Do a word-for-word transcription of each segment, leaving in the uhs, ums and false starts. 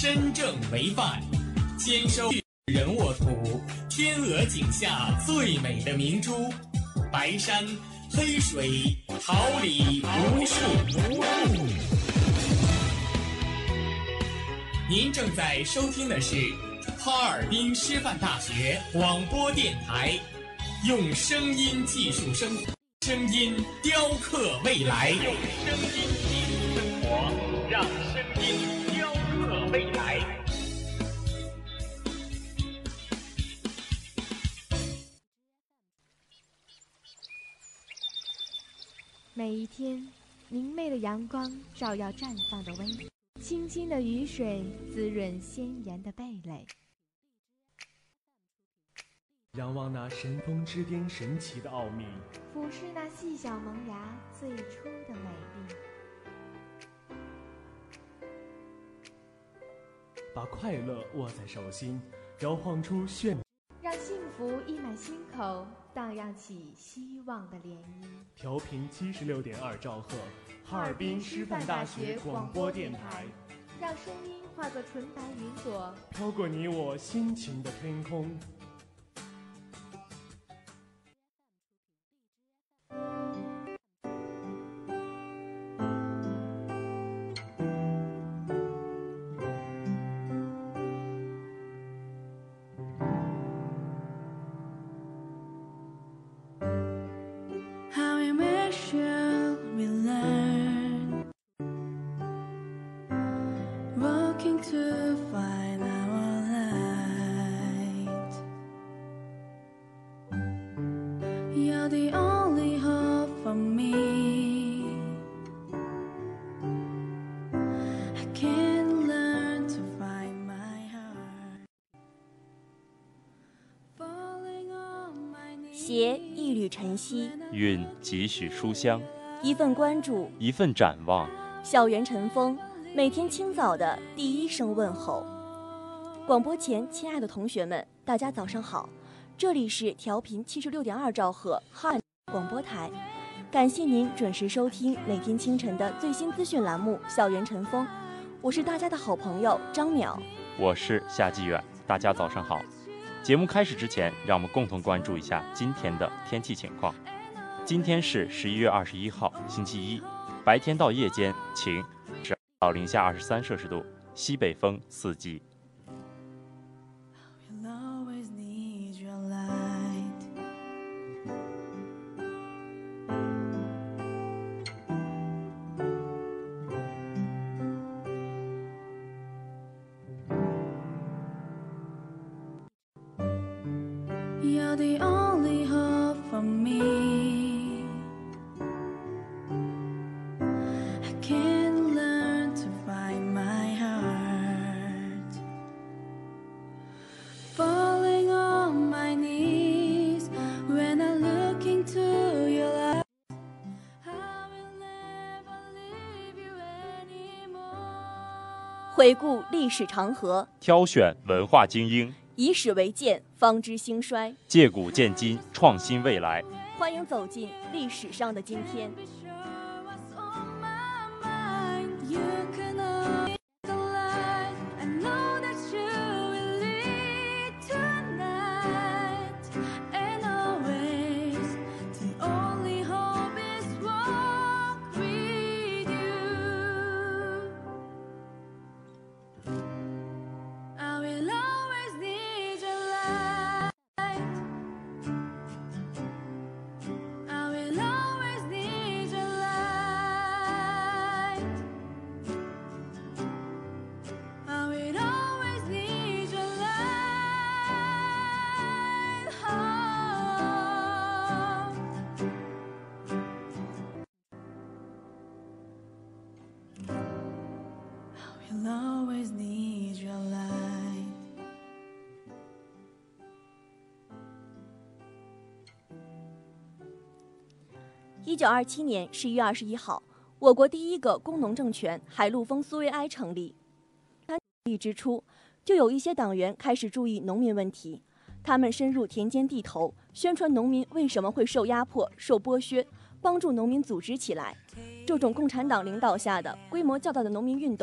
身正为范，坚守人沃土，天鹅颈下最美的明珠，白山黑水，桃李无数。您正在收听的是哈尔滨师范大学广播电台，用声音技术生活，声音雕刻未来，用声音技术生活，让声音雕刻未来。 每一天，明媚的阳光照耀绽放的微笑，清新的雨水滋润鲜艳的蓓蕾。 仰望那神峰之巅神奇的奥秘， 俯视那细小萌芽最初的美丽。 把快乐握在手心，摇晃出炫， 让幸福溢满心口，荡漾起希望的涟漪。 调频七十六点二兆赫，哈尔滨师范大学广播电台， 让声音化作纯白云朵， 飘过你我心情的天空。 携一缕晨曦， 蕴几许书香， 一份关注， 一份展望。 校园晨风，每天清早的第一声问候。广播前，亲爱的同学们，大家早上好，这里是调频七十六点二兆赫哈尔广播台，感谢您准时收听每天清晨的最新资讯栏目《校园晨风》，我是大家的好朋友张淼， 我是夏继远，大家早上好。节目开始之前，让我们共同关注一下今天的天气情况。今天是十一月二十一号，星期一，白天到夜间晴，到零下二十三摄氏度，西北风四级。 You're the only hope for me. I can learn to find my heart. Falling on my knees when I look into your eyes. I will never leave you anymore. 回顾历史长河， 挑选文化精英， 以史为鉴，方知兴衰； 借古鉴今，创新未来。 欢迎走进历史上的今天。一九二七年十一月二十一号，我国第一个工农政权海陆丰苏维埃成立。成立之初，就有一些党员开始注意农民问题，他们深入田间地头，宣传农民为什么会受压迫、受剥削，帮助农民组织起来。这种共产党领导下的规模较大的农民运动，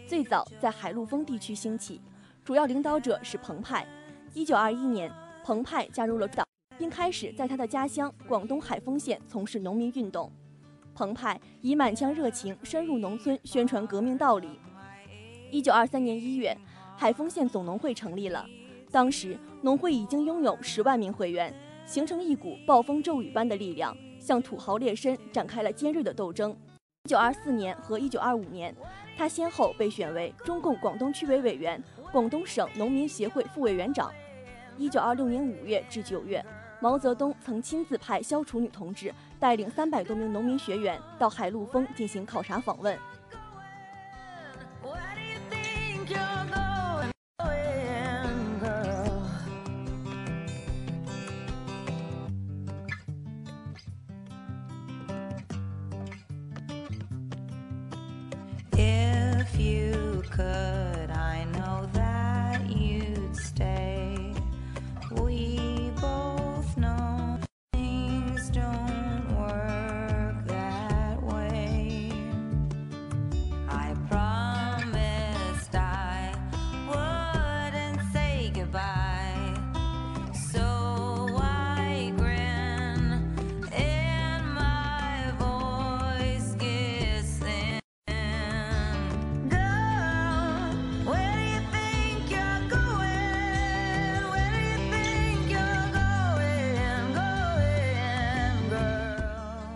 最早在海陆丰地区兴起，主要领导者是彭湃。一九二一年，彭湃加入了党，并开始在他的家乡广东海丰县从事农民运动。彭湃以满腔热情深入农村，宣传革命道理。一九二三年一月，海丰县总农会成立了。当时，农会已经拥有十万名会员，形成一股暴风骤雨般的力量，向土豪劣绅展开了尖锐的斗争。一九二四年和一九二五年，他先后被选为中共广东区委委员、广东省农民协会副委员长。一九二六年五月至九月，毛泽东曾亲自派萧楚女同志带领三百多名农民学员到海陆丰进行考察访问。 If you could, I know that you'd stay. We both know things don't work that way. I promised I wouldn't say goodbye, so I grin and my voice gets thin. Girl, where do you think you're going? Where do you think you're going, going, girl?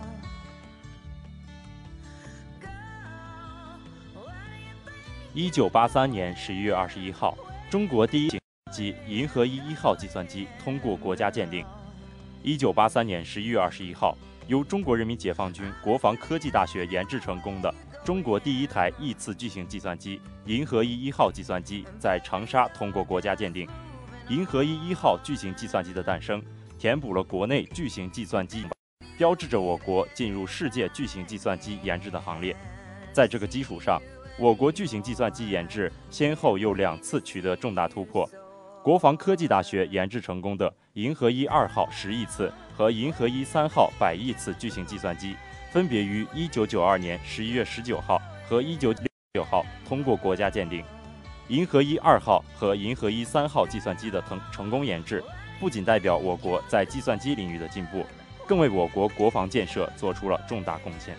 Girl, where do you think? 一九八三年十一月二十一号，中国第一机银河一一号计算机通过国家鉴定。一九八三年十一月二十一号，由中国人民解放军国防科技大学研制成功的中国第一台异次巨型计算机银河一一号计算机在长沙通过国家鉴定。银河一一号巨型计算机的诞生，填补了国内巨型计算机，标志着我国进入世界巨型计算机研制的行列。在这个基础上，我国巨型计算机研制先后又两次取得重大突破。国防科技大学研制成功的银河一二号十亿次和银河一三号百亿次巨型计算机，分别于一九九二年十一月十九号和一九九号通过国家鉴定。银河一二号和银河一三号计算机的成成功研制，不仅代表我国在计算机领域的进步，更为我国国防建设做出了重大贡献。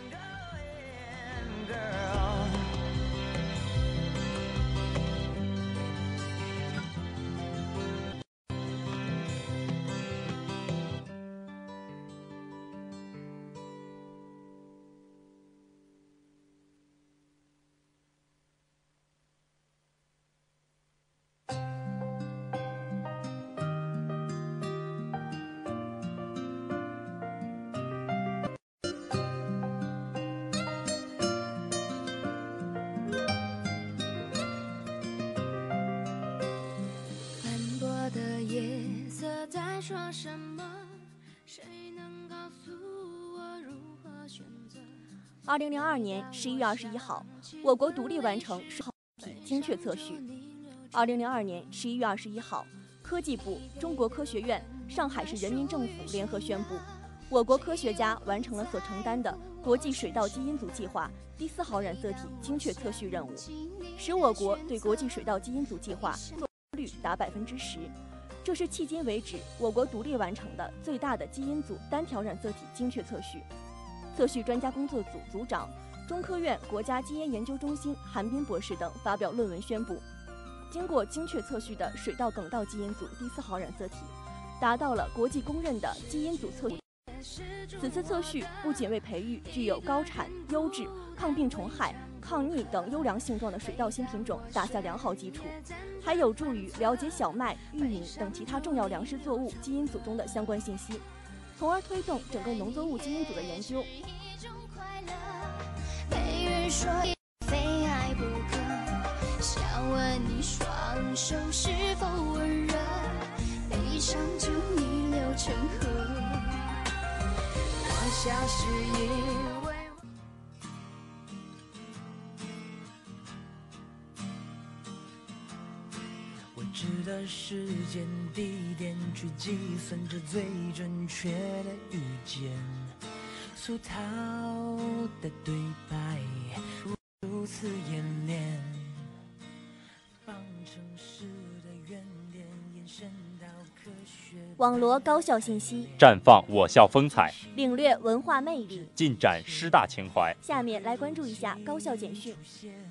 斑驳的夜色在说什么？谁能告诉我如何选择？ 二零零二年十一月二十一号，我国独立完成数体精确测序。二零零二年十一月二十一号，科技部、中国科学院、上海市人民政府联合宣布，我国科学家完成了所承担的国际水稻基因组计划第四号染色体精确测序任务，使我国对国际水稻基因组计划做率达百分之十。这是迄今为止我国独立完成的最大的基因组单条染色体精确测序。测序专家工作组组长、中科院国家基因研究中心韩斌博士等发表论文宣布，经过精确测序的水稻粳稻基因组第四号染色体，达到了国际公认的基因组测序。此次测序不仅为培育具有高产、优质、抗病虫害、抗逆等优良性状的水稻新品种打下良好基础，还有助于了解小麦、玉米等其他重要粮食作物基因组中的相关信息，从而推动整个农作物基因组的研究。 没人说非爱不可，想问你双手是否温热，悲伤就逆流成河。我消失因为我知道时间地点去计算着最准确的遇见，俗套的对白如此演练， 网罗高校信息， 绽放我校风采， 领略文化魅力， 尽展师大情怀。 下面来关注一下高校简讯。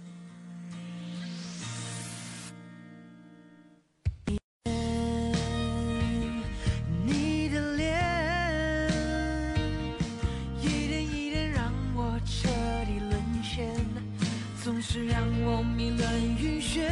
你的脸一点一点让我彻底沦陷，总是让我迷乱晕眩。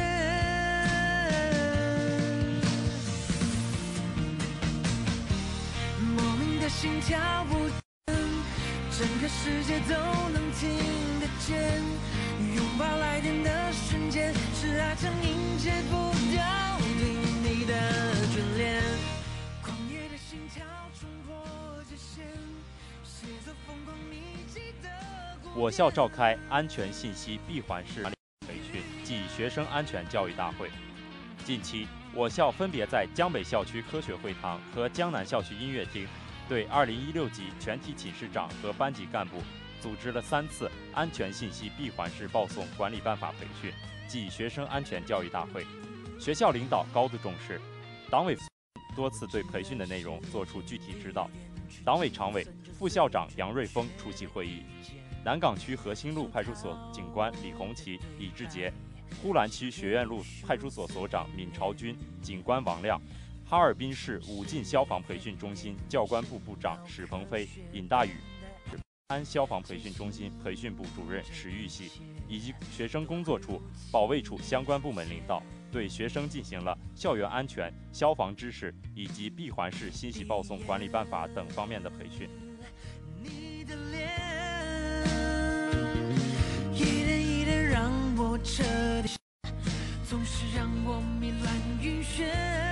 心跳不停，整个世界都能听得见。拥抱来电的瞬间，是爱成瘾，戒不掉对你的眷恋。狂野的心跳冲破界限，写作疯狂密集的。 我校召开安全信息闭环式培训暨学生安全教育大会。近期，我校分别在江北校区科学会堂和江南校区音乐厅对二零一六级全体寝室长和班级干部组织了三次安全信息闭环式报送管理办法培训暨学生安全教育大会，学校领导高度重视，党委多次对培训的内容作出具体指导。党委常委、副校长杨瑞峰出席会议，南岗区和兴路派出所警官李红旗、李志杰，呼兰区学院路派出所所长闵朝军、警官王亮，哈尔滨市武进消防培训中心教官部部长史鹏飞、尹大宇，安消防培训中心培训部主任史玉喜以及学生工作处、保卫处相关部门领导，对学生进行了校园安全、消防知识以及闭环式信息报送管理办法等方面的培训。 你的脸一点一点让我彻底，总是让我迷乱晕眩。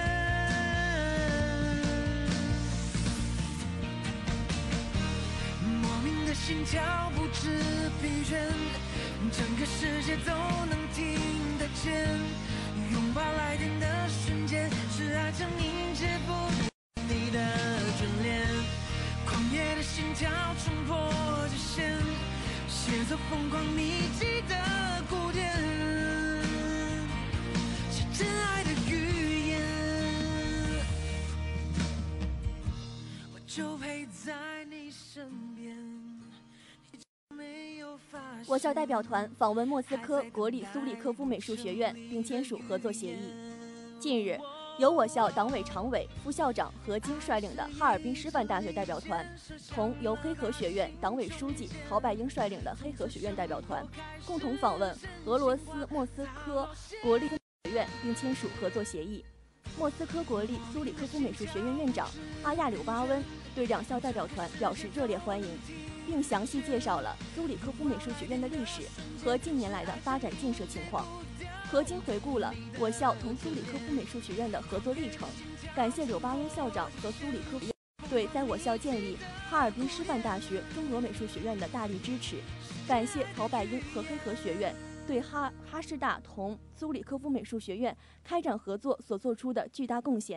心跳不知疲倦，整个世界都能听得见。拥抱来电的瞬间，是爱成瘾，戒不掉你的眷恋。狂野的心跳冲破界限，写作疯狂密集的古典，是真爱的语言。我就陪在你身边。 我校代表团访问莫斯科国立苏里科夫美术学院，并签署合作协议。近日，由我校党委常委、副校长何晶率领的哈尔滨师范大学代表团，同由黑河学院党委书记陶拜英率领的黑河学院代表团，共同访问俄罗斯莫斯科国立学院，并签署合作协议。莫斯科国立苏里科夫美术学院院长阿亚柳巴温对两校代表团表示热烈欢迎，并详细介绍了苏里科夫美术学院的历史和近年来的发展建设情况。何晶回顾了我校同苏里科夫美术学院的合作历程，感谢柳巴温校长和苏里科夫对在我校建立哈尔滨师范大学中俄美术学院的大力支持，感谢陶拜英和黑河学院对哈哈师大同苏里科夫美术学院开展合作所做出的巨大贡献。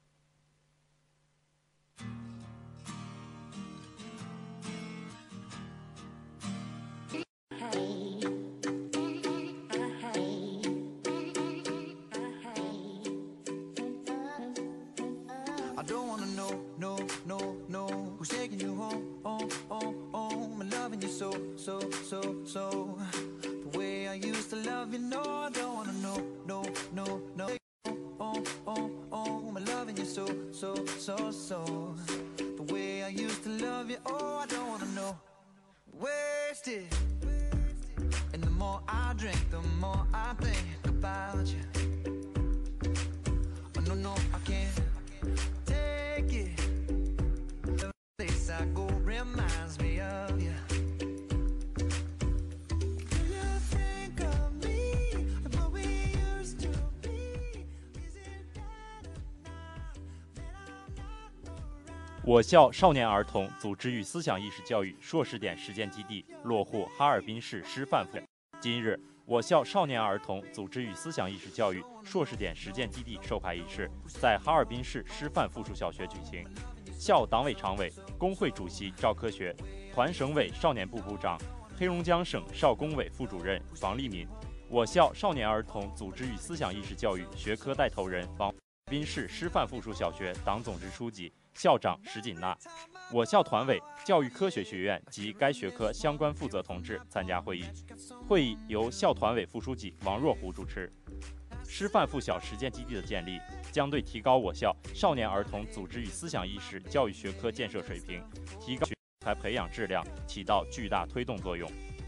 I don't wanna know, no, no, no, who's taking you home, oh, oh, oh, I'm loving you so, so, so, so, the way I used to love you, no, I don't wanna know, no, no, no, oh, oh, oh, I'm loving you so, so, so, so, the way I used to love you, oh, I don't wanna know, wasted, and the more I drink, the more I think about you, oh, no, no, I can't take it. The place I go reminds me of you. Do you think of me the way we used to be? Is it better now that I'm not around? 我校少年儿童组织与思想意识教育硕士点实践基地落户哈尔滨市师范附。今日，我校少年儿童组织与思想意识教育硕士点实践基地授牌仪式在哈尔滨市师范附属小学举行。校党委常委、工会主席赵科学，团省委少年部部长、黑龙江省少工委副主任王立民， 我校少年儿童组织与思想意识教育学科带头人王滨市师范附属小学党总支书记、校长石锦娜，我校团委、教育科学学院及该学科相关负责同志参加会议。会议由校团委副书记王若虎主持。师范附小实践基地的建立，将对提高我校少年儿童组织与思想意识教育学科建设水平，提高人才培养质量，起到巨大推动作用。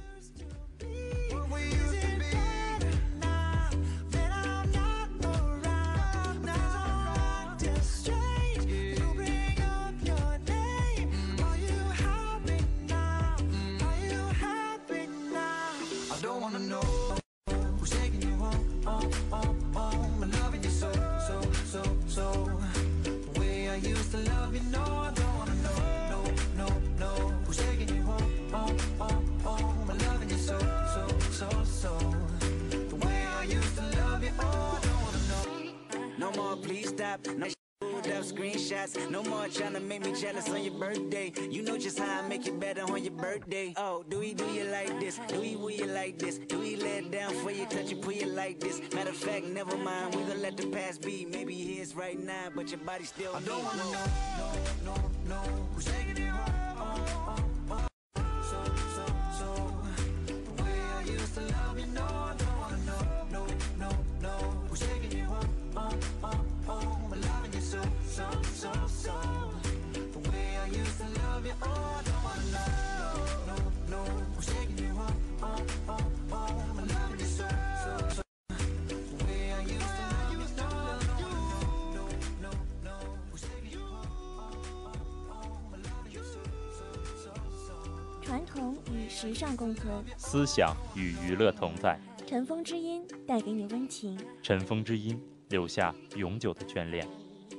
No more trying to make me jealous on your birthday. You know just how I make it better on your birthday. Oh, do we do you like this? Do we will you like this? Do we let down for you, touch you, put you like this? Matter of fact, never mind. We gonna let the past be. Maybe it is right now, but your body still. I don't wanna know, no, no, no. Who's taking you home? Oh, oh, oh. So, so, so. The way I used to love you, no, I don't wanna know, no, no, no. Who's taking you home? Oh, oh, oh. I'm loving you so, so, so, so. The way I used to love you, oh, I don't wanna know, no, no, no. Who's taking you home? Oh, oh, oh. I'm loving you so, so, so. The way I used to love you, no, no, no, no, no. Who's taking you home? Oh, oh, oh. I'm loving you so, so, so, so. 传统与时尚共存， 思想与娱乐同在。 尘封之音带给你温情， 尘封之音留下永久的眷恋。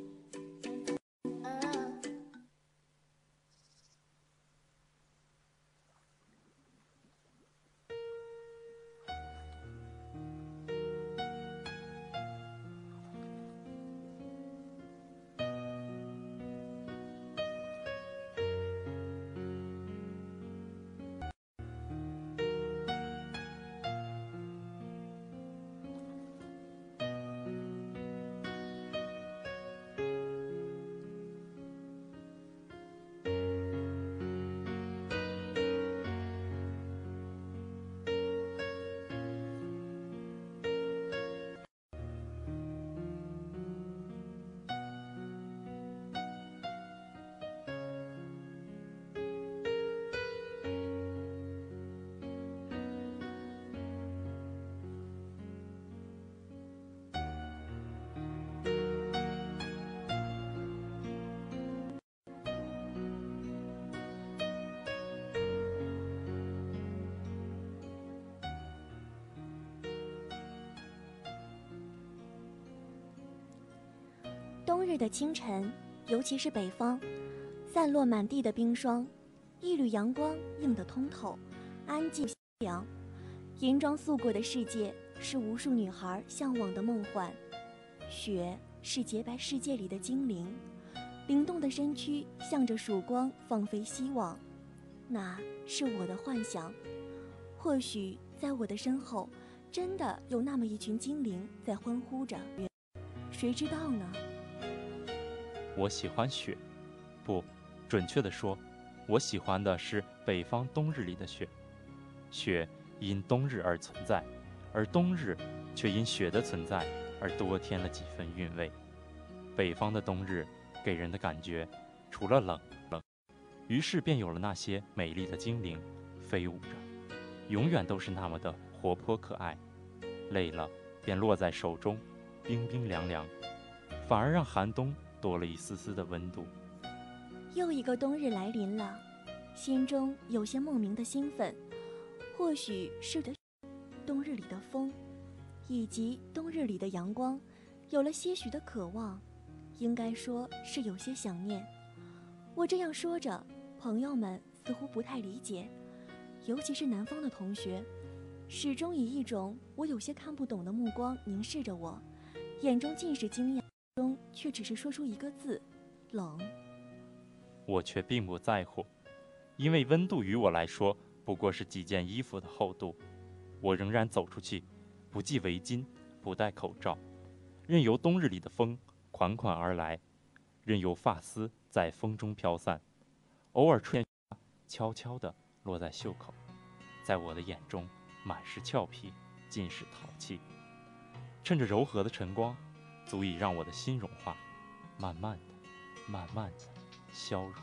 冬日的清晨，尤其是北方，散落满地的冰霜，一缕阳光映得通透，安静清凉。银装素裹的世界是无数女孩向往的梦幻，雪是洁白世界里的精灵，灵动的身躯向着曙光放飞希望，那是我的幻想。或许在我的身后，真的有那么一群精灵在欢呼着，谁知道呢？ 我喜欢雪，不，准确地说，我喜欢的是北方冬日里的雪。雪因冬日而存在，而冬日却因雪的存在而多添了几分韵味。北方的冬日给人的感觉，除了冷冷，于是便有了那些美丽的精灵飞舞着，永远都是那么的活泼可爱。累了便落在手中，冰冰凉凉，反而让寒冬多了一丝丝的温度。 又一个冬日来临了，心中有些莫名的兴奋，或许是的冬日里的风，以及冬日里的阳光，有了些许的渴望，应该说是有些想念。我这样说着，朋友们似乎不太理解，尤其是南方的同学，始终以一种我有些看不懂的目光凝视着我，眼中尽是惊讶，中却只是说出一个字：冷。 我却并不在乎，因为温度于我来说不过是几件衣服的厚度。我仍然走出去， 不系围巾，不戴口罩，任由冬日里的风款款而来，任由发丝在风中飘散，偶尔吹悄悄地落在袖口，在我的眼中满是俏皮，尽是淘气。趁着柔和的晨光，足以让我的心融化，慢慢的、慢慢的消融。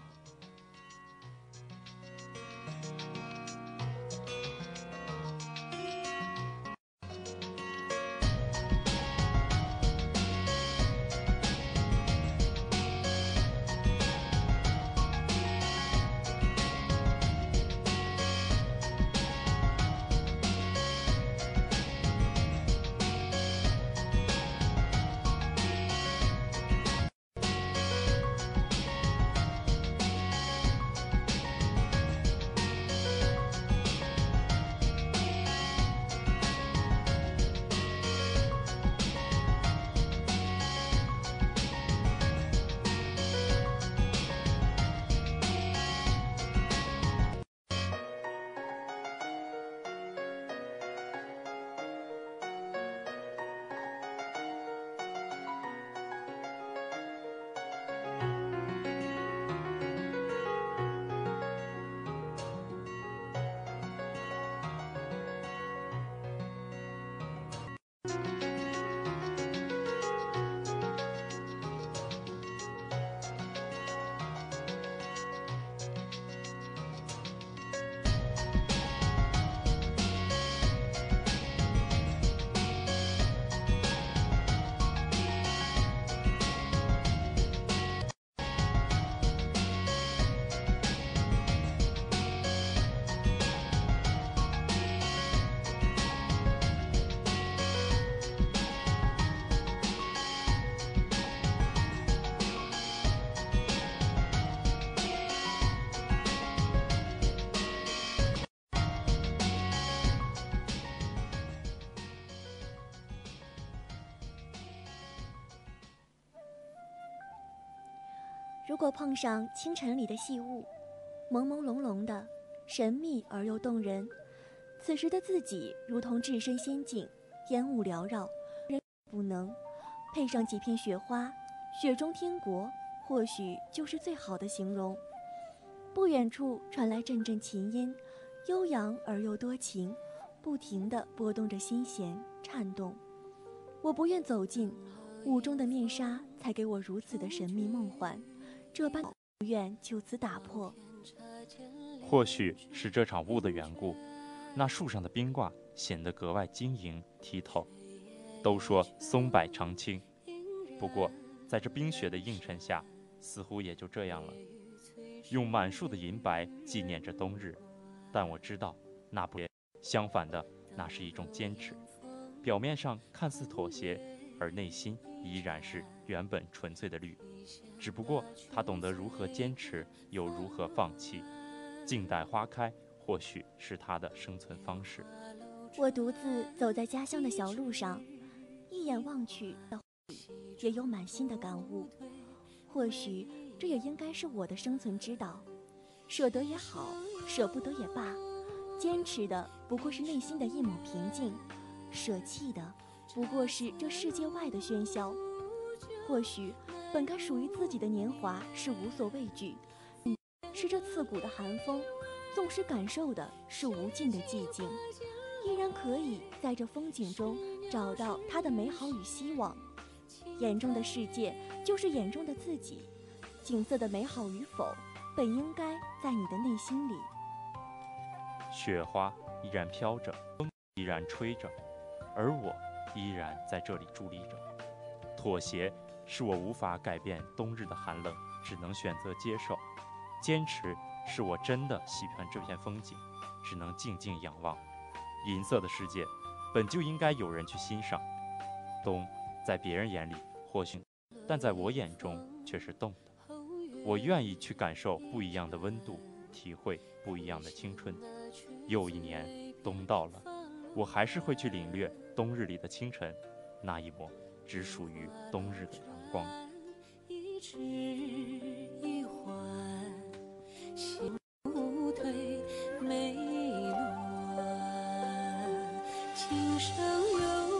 如果碰上清晨里的细雾，朦朦胧胧的，神秘而又动人，此时的自己如同置身仙境，烟雾缭绕，人不能。配上几片雪花，雪中天国，或许就是最好的形容。不远处传来阵阵琴音，悠扬而又多情，不停地拨动着心弦，颤动。我不愿走近，雾中的面纱才给我如此的神秘梦幻，这般不愿就此打破。 或许是这场雾的缘故，那树上的冰挂显得格外晶莹剔透。都说松柏常青，不过在这冰雪的映衬下，似乎也就这样了。用满树的银白纪念着冬日，但我知道那不，相反的，那是一种坚持。表面上看似妥协，而内心依然是原本纯粹的绿。只不过他懂得如何坚持，又如何放弃。静待花开，或许是他的生存方式。 我独自走在家乡的小路上，一眼望去，也有满心的感悟。或许这也应该是我的生存之道。舍得也好，舍不得也罢，坚持的不过是内心的一抹平静，舍弃的不过是这世界外的喧嚣。或许本该属于自己的年华是无所畏惧，是这刺骨的寒风，纵使感受的是无尽的寂静，依然可以在这风景中找到它的美好与希望。眼中的世界就是眼中的自己，景色的美好与否本应该在你的内心里。 雪花依然飘着，风依然吹着，而我依然在这里伫立着。妥协是我无法改变冬日的寒冷，只能选择接受。坚持是我真的喜欢这片风景，只能静静仰望。银色的世界本就应该有人去欣赏。冬在别人眼里或许，但在我眼中却是冻的。我愿意去感受不一样的温度，体会不一样的青春。又一年冬到了，我还是会去领略冬日里的清晨，那一抹只属于冬日的阳光。 一迟一缓，心不退，梅乱，琴声悠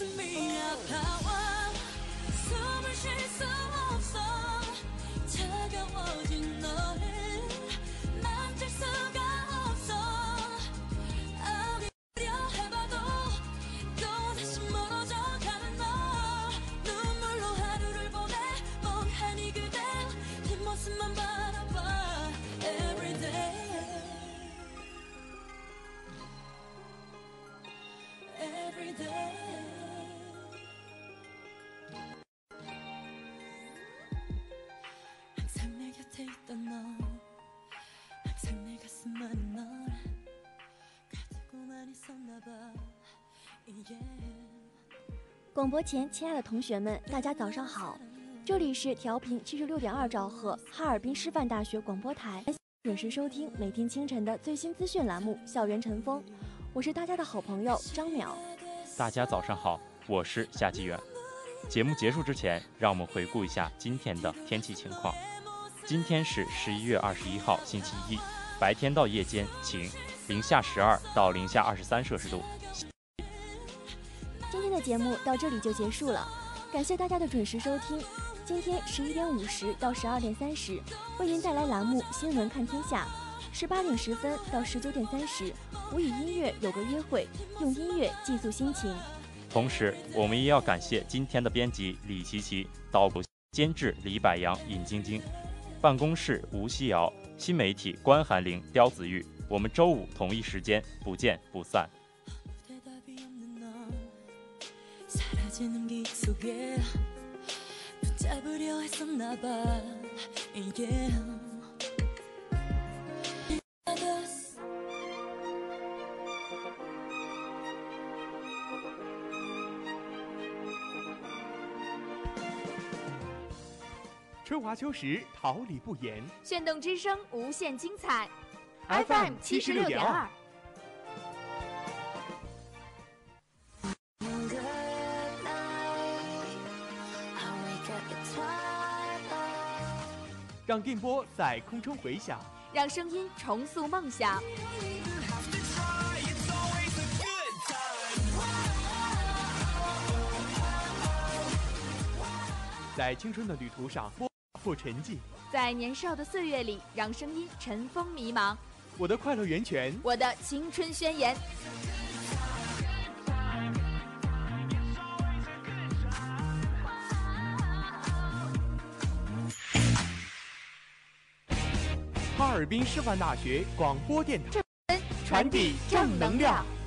가슴이 아파와 숨을 쉴 수 없어 차가워진 너를 만질 수가 없어 아무리 해봐도 또다시 멀어져 가는 너 눈물로 하루를 보내 멍하니 그대 뒷모습만 바라봐 everyday everyday 항상 내 곁에 있던 너 항상 내 가슴 안에 널 가지고만 있었나 봐 yeah. 广播前，亲爱的同学们，大家早上好，这里是调频七十六点二兆赫哈尔滨师范大学广播台，准时收听每天清晨的最新资讯栏目《校园晨风》，我是大家的好朋友张淼。 大家早上好，我是夏继远。节目结束之前，让我们回顾一下今天的天气情况。今天是十一月二十一号，星期一，白天到夜间晴，零下十二到零下二十三摄氏度。 今天的节目到这里就结束了，感谢大家的准时收听。今天十一点五十到十二点三十，为您带来栏目《新闻看天下》；十八点十分到十九点三十，我与音乐有个约会，用音乐寄宿心情。 同时，我们也要感谢今天的编辑李琪琪、导播监制李百阳、尹晶晶，办公室吴希瑶，新媒体关寒玲、刁子玉。我们周五同一时间不见不散。 사라지는 길 속에 붙잡으려 했었나 봐 yeah. 春华秋实，桃李不言。 炫动之声，无限精彩。 F M 七十六点二。 让电波在空中回响， 让声音重塑梦想。 在青春的旅途上拨破沉寂， 在年少的岁月里，让声音尘封迷茫。 我的快乐源泉， 我的青春宣言。 哈尔滨师范大学广播电台，传递正能量。